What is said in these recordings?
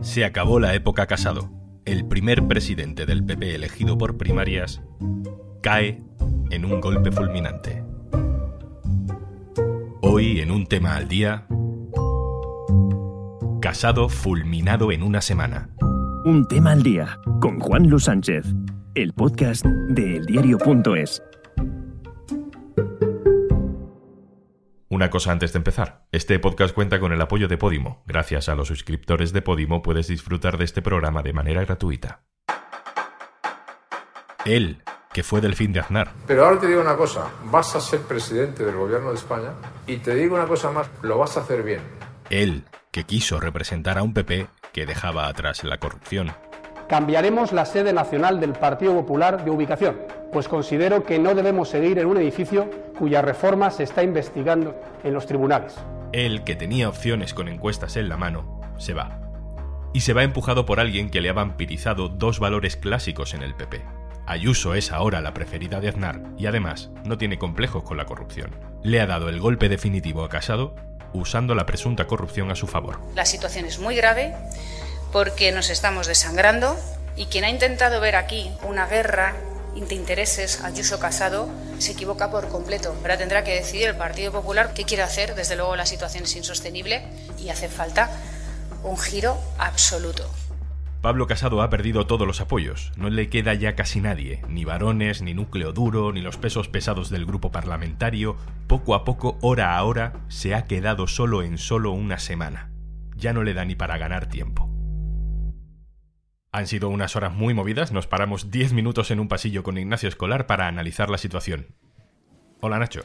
Se acabó la época Casado. El primer presidente del PP elegido por primarias cae en un golpe fulminante. Hoy, en un tema al día, Casado fulminado en una semana. Un tema al día, con Juan Luis Sánchez, el podcast de eldiario.es. Una cosa antes de empezar. Este podcast cuenta con el apoyo de Podimo. Gracias a los suscriptores de Podimo puedes disfrutar de este programa de manera gratuita. Él, que fue Delfín de Aznar. Pero ahora te digo una cosa, vas a ser presidente del gobierno de España y te digo una cosa más, lo vas a hacer bien. Él, que quiso representar a un PP que dejaba atrás la corrupción. Cambiaremos la sede nacional del Partido Popular de ubicación, pues considero que no debemos seguir en un edificio cuya reforma se está investigando en los tribunales. Él, que tenía opciones con encuestas en la mano, se va. Y se va empujado por alguien que le ha vampirizado dos valores clásicos en el PP. Ayuso es ahora la preferida de Aznar y además no tiene complejos con la corrupción. Le ha dado el golpe definitivo a Casado usando la presunta corrupción a su favor. La situación es muy grave porque nos estamos desangrando y quien ha intentado ver aquí una guerra de intereses Ayuso-Casado se equivoca por completo. Ahora tendrá que decidir el Partido Popular qué quiere hacer. Desde luego la situación es insostenible y hace falta un giro absoluto. Pablo Casado ha perdido todos los apoyos. No le queda ya casi nadie, ni varones, ni núcleo duro, ni los pesos pesados del grupo parlamentario. Poco a poco, hora a hora, se ha quedado solo en solo una semana. Ya no le da ni para ganar tiempo. Han sido unas horas muy movidas, nos paramos 10 minutos en un pasillo con Ignacio Escolar para analizar la situación. Hola, Nacho.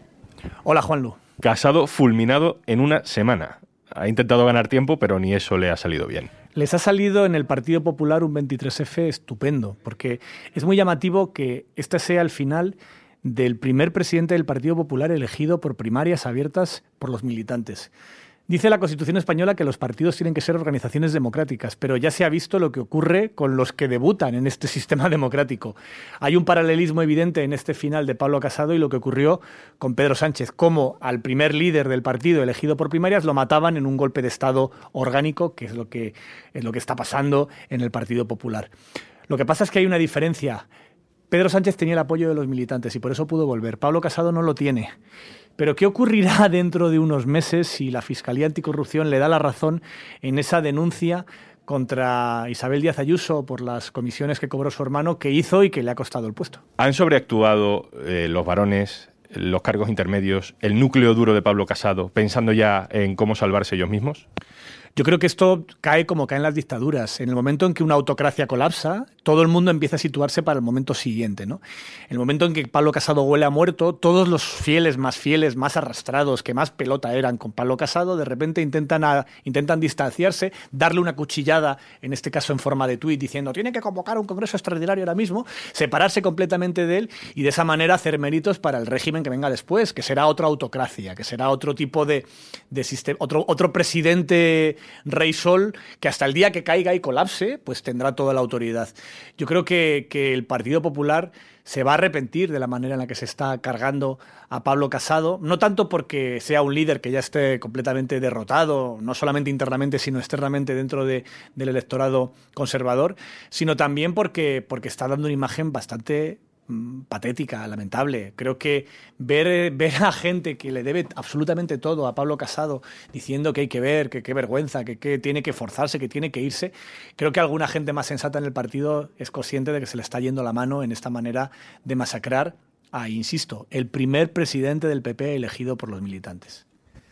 Hola, Juanlu. Casado fulminado en una semana. Ha intentado ganar tiempo, pero ni eso le ha salido bien. Les ha salido en el Partido Popular un 23F estupendo, porque es muy llamativo que este sea el final del primer presidente del Partido Popular elegido por primarias abiertas por los militantes. Dice la Constitución española que los partidos tienen que ser organizaciones democráticas, pero ya se ha visto lo que ocurre con los que debutan en este sistema democrático. Hay un paralelismo evidente en este final de Pablo Casado y lo que ocurrió con Pedro Sánchez, cómo al primer líder del partido elegido por primarias lo mataban en un golpe de Estado orgánico, que es lo que está pasando en el Partido Popular. Lo que pasa es que hay una diferencia. Pedro Sánchez tenía el apoyo de los militantes y por eso pudo volver. Pablo Casado no lo tiene. Pero ¿qué ocurrirá dentro de unos meses si la Fiscalía Anticorrupción le da la razón en esa denuncia contra Isabel Díaz Ayuso por las comisiones que cobró su hermano, que hizo y que le ha costado el puesto? ¿Han sobreactuado los varones, los cargos intermedios, el núcleo duro de Pablo Casado, pensando ya en cómo salvarse ellos mismos? Yo creo que esto cae como caen las dictaduras. En el momento en que una autocracia colapsa, todo el mundo empieza a situarse para el momento siguiente, ¿no? En el momento en que Pablo Casado huele a muerto, todos los fieles, más arrastrados, que más pelota eran con Pablo Casado, de repente intentan distanciarse, darle una cuchillada, en este caso en forma de tuit, diciendo tiene que convocar un congreso extraordinario ahora mismo, separarse completamente de él y de esa manera hacer méritos para el régimen que venga después, que será otra autocracia, que será otro tipo de sistema, otro presidente Rey Sol, que hasta el día que caiga y colapse, pues tendrá toda la autoridad. Yo creo que el Partido Popular se va a arrepentir de la manera en la que se está cargando a Pablo Casado, no tanto porque sea un líder que ya esté completamente derrotado, no solamente internamente, sino externamente dentro del electorado conservador, sino también porque está dando una imagen bastante patética, lamentable. Creo que ver a gente que le debe absolutamente todo a Pablo Casado diciendo que hay que ver, que qué vergüenza, que tiene que forzarse, que tiene que irse, creo que alguna gente más sensata en el partido es consciente de que se le está yendo la mano en esta manera de masacrar a, insisto, el primer presidente del PP elegido por los militantes.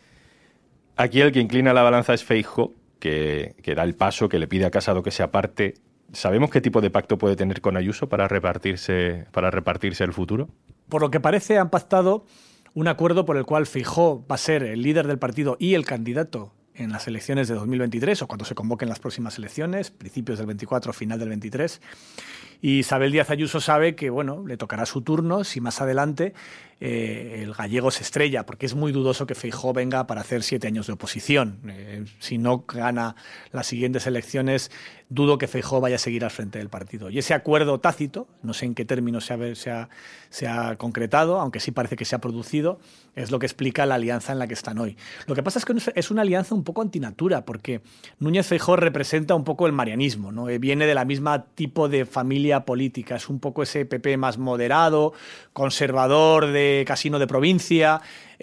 Aquí el que inclina la balanza es Feijóo, que da el paso, que le pide a Casado que se aparte. ¿Sabemos qué tipo de pacto puede tener con Ayuso para repartirse el futuro? Por lo que parece, han pactado un acuerdo por el cual Feijóo va a ser el líder del partido y el candidato en las elecciones de 2023 o cuando se convoquen las próximas elecciones, principios del 24, final del 23, Y Isabel Díaz Ayuso sabe que, bueno, le tocará su turno si más adelante el gallego se estrella, porque es muy dudoso que Feijóo venga para hacer 7 años de oposición. Si no gana las siguientes elecciones, dudo que Feijóo vaya a seguir al frente del partido. Y ese acuerdo tácito, no sé en qué términos se ha concretado, aunque sí parece que se ha producido, es lo que explica la alianza en la que están hoy. Lo que pasa es que es una alianza un poco antinatura, porque Núñez Feijóo representa un poco el marianismo, ¿no? Viene de la misma tipo de familia política, es un poco ese PP más moderado, conservador de casino de provincia,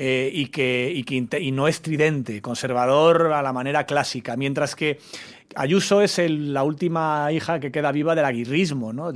y no estridente, conservador a la manera clásica, mientras que Ayuso es la última hija que queda viva del aguirrismo, ¿no? de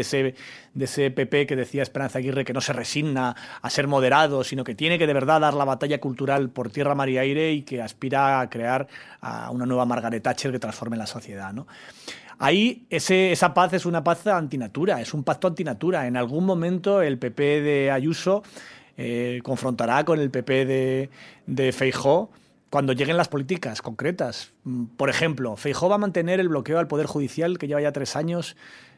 ese PP que decía Esperanza Aguirre, que no se resigna a ser moderado, sino que tiene que de verdad dar la batalla cultural por tierra, mar y aire, y que aspira a crear a una nueva Margaret Thatcher que transforme la sociedad, ¿no? Ahí esa paz es una paz antinatura, es un pacto antinatura. En algún momento el PP de Ayuso confrontará con el PP de Feijóo cuando lleguen las políticas concretas. Por ejemplo, Feijóo va a mantener el bloqueo al Poder Judicial, que lleva ya 3 años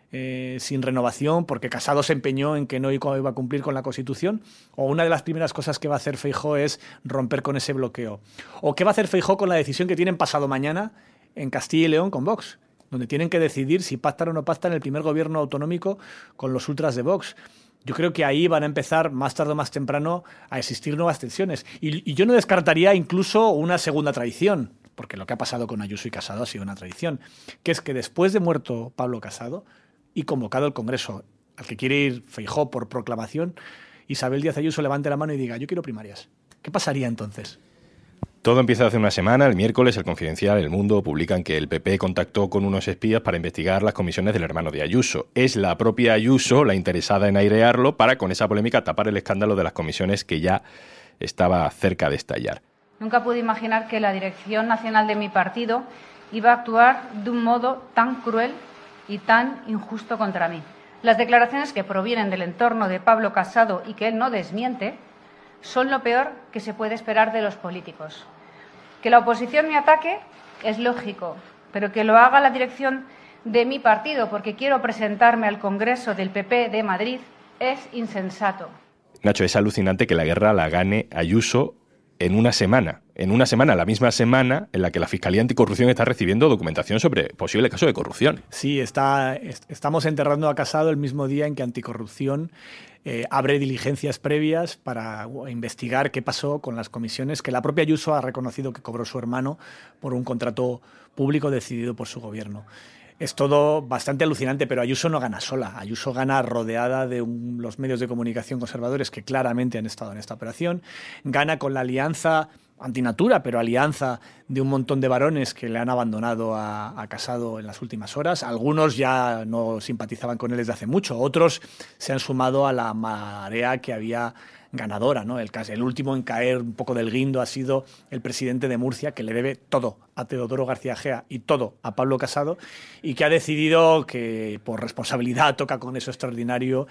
sin renovación, porque Casado se empeñó en que no iba a cumplir con la Constitución. O una de las primeras cosas que va a hacer Feijóo es romper con ese bloqueo. O qué va a hacer Feijóo con la decisión que tienen pasado mañana en Castilla y León con Vox, donde tienen que decidir si pactan o no pactan el primer gobierno autonómico con los ultras de Vox. Yo creo que ahí van a empezar, más tarde o más temprano, a existir nuevas tensiones. Y yo no descartaría incluso una segunda traición, porque lo que ha pasado con Ayuso y Casado ha sido una traición, que es que después de muerto Pablo Casado y convocado el Congreso, al que quiere ir Feijóo por proclamación, Isabel Díaz Ayuso levante la mano y diga: yo quiero primarias. ¿Qué pasaría entonces? Todo empieza hace una semana. El miércoles, El Confidencial, El Mundo publican que el PP contactó con unos espías para investigar las comisiones del hermano de Ayuso. Es la propia Ayuso la interesada en airearlo para, con esa polémica, tapar el escándalo de las comisiones que ya estaba cerca de estallar. Nunca pude imaginar que la dirección nacional de mi partido iba a actuar de un modo tan cruel y tan injusto contra mí. Las declaraciones que provienen del entorno de Pablo Casado y que él no desmiente son lo peor que se puede esperar de los políticos. Que la oposición me ataque es lógico, pero que lo haga la dirección de mi partido porque quiero presentarme al Congreso del PP de Madrid es insensato. Nacho, es alucinante que la guerra la gane Ayuso en una semana. En una semana, la misma semana en la que la Fiscalía Anticorrupción está recibiendo documentación sobre posible caso de corrupción. Sí, estamos enterrando a Casado el mismo día en que Anticorrupción abre diligencias previas para investigar qué pasó con las comisiones que la propia Ayuso ha reconocido que cobró su hermano por un contrato público decidido por su gobierno. Es todo bastante alucinante, pero Ayuso no gana sola. Ayuso gana rodeada de los medios de comunicación conservadores que claramente han estado en esta operación. Gana con la alianza antinatura, pero alianza de un montón de varones que le han abandonado a Casado en las últimas horas. Algunos ya no simpatizaban con él desde hace mucho, otros se han sumado a la marea que había ganadora, ¿no? El último en caer un poco del guindo ha sido el presidente de Murcia, que le debe todo a Teodoro García Gea y todo a Pablo Casado, y que ha decidido que por responsabilidad toca con eso extraordinario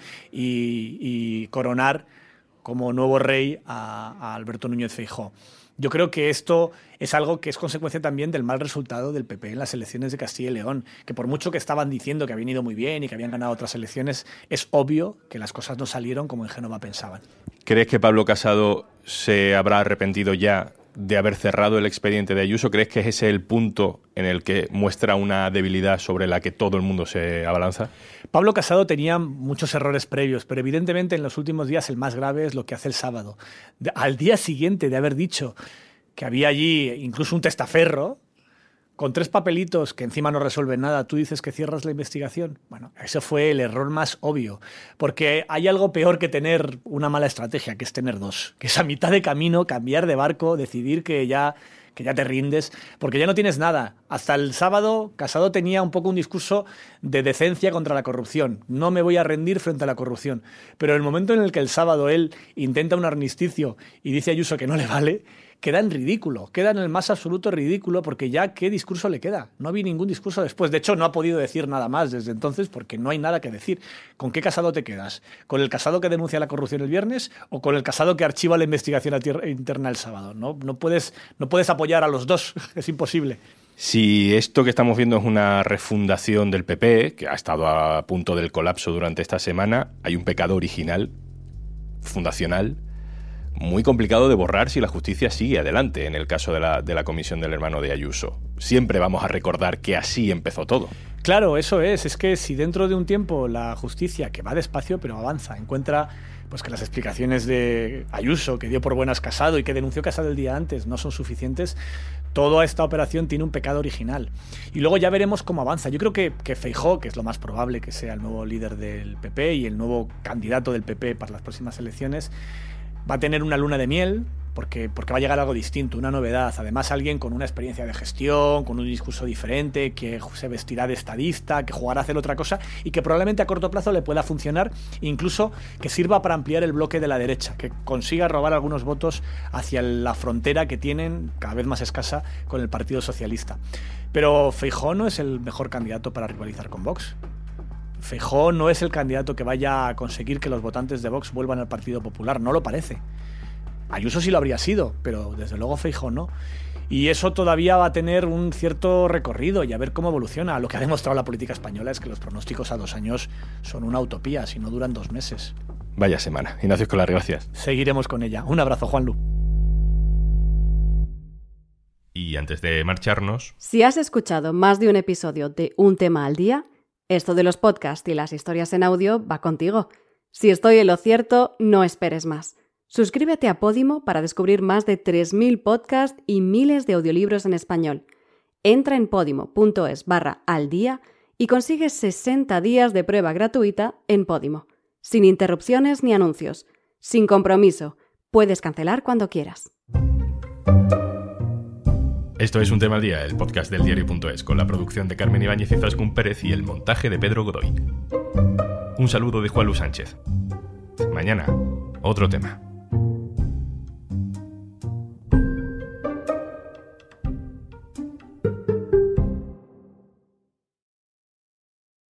y coronar como nuevo rey a Alberto Núñez Feijóo. Yo creo que esto es algo que es consecuencia también del mal resultado del PP en las elecciones de Castilla y León, que por mucho que estaban diciendo que habían ido muy bien y que habían ganado otras elecciones, es obvio que las cosas no salieron como en Génova pensaban. ¿Crees que Pablo Casado se habrá arrepentido ya de haber cerrado el expediente de Ayuso? ¿Crees que ese es el punto en el que muestra una debilidad sobre la que todo el mundo se abalanza? Pablo Casado tenía muchos errores previos, pero evidentemente en los últimos días el más grave es lo que hace el sábado. Al día siguiente de haber dicho que había allí incluso un testaferro, con 3 papelitos que encima no resuelven nada, tú dices que cierras la investigación. Bueno, ese fue el error más obvio, porque hay algo peor que tener una mala estrategia, que es tener 2, que es a mitad de camino cambiar de barco, decidir que ya te rindes, porque ya no tienes nada. Hasta el sábado, Casado tenía un poco un discurso de decencia contra la corrupción. No me voy a rendir frente a la corrupción. Pero el momento en el que el sábado él intenta un armisticio y dice a Ayuso que no le vale, queda en ridículo, queda en el más absoluto ridículo, porque ya ¿qué discurso le queda? No había ningún discurso después. De hecho, no ha podido decir nada más desde entonces porque no hay nada que decir. ¿Con qué Casado te quedas? ¿Con el Casado que denuncia la corrupción el viernes o con el Casado que archiva la investigación interna el sábado? No puedes apoyar a los dos, es imposible. Si esto que estamos viendo es una refundación del PP, que ha estado a punto del colapso durante esta semana, hay un pecado original, fundacional, muy complicado de borrar si la justicia sigue adelante en el caso de la comisión del hermano de Ayuso. Siempre vamos a recordar que así empezó todo. Claro, eso es que si dentro de un tiempo la justicia, que va despacio pero avanza, encuentra pues que las explicaciones de Ayuso, que dio por buenas Casado y que denunció Casado el día antes, no son suficientes, toda esta operación tiene un pecado original. Y luego ya veremos cómo avanza. Yo creo que Feijóo, que es lo más probable que sea el nuevo líder del PP y el nuevo candidato del PP para las próximas elecciones, va a tener una luna de miel, porque va a llegar algo distinto, una novedad. Además, alguien con una experiencia de gestión, con un discurso diferente, que se vestirá de estadista, que jugará a hacer otra cosa y que probablemente a corto plazo le pueda funcionar, incluso que sirva para ampliar el bloque de la derecha, que consiga robar algunos votos hacia la frontera que tienen, cada vez más escasa, con el Partido Socialista. Pero Feijóo no es el mejor candidato para rivalizar con Vox. Feijóo no es el candidato que vaya a conseguir que los votantes de Vox vuelvan al Partido Popular, no lo parece. Ayuso sí lo habría sido, pero desde luego Feijóo no. Y eso todavía va a tener un cierto recorrido y a ver cómo evoluciona. Lo que ha demostrado la política española es que los pronósticos a 2 años son una utopía, si no duran 2 meses. Vaya semana. Ignacio Escolar, gracias. Seguiremos con ella. Un abrazo, Juanlu. Y antes de marcharnos... Si has escuchado más de un episodio de Un tema al día, esto de los podcasts y las historias en audio va contigo. Si estoy en lo cierto, no esperes más. Suscríbete a Podimo para descubrir más de 3.000 podcasts y miles de audiolibros en español. Entra en podimo.es/aldía y consigues 60 días de prueba gratuita en Podimo. Sin interrupciones ni anuncios. Sin compromiso. Puedes cancelar cuando quieras. Esto es Un tema al día, el podcast del diario.es, con la producción de Carmen Ibáñez y Zaskun Pérez y el montaje de Pedro Godoy. Un saludo de Juanlu Sánchez. Mañana, otro tema.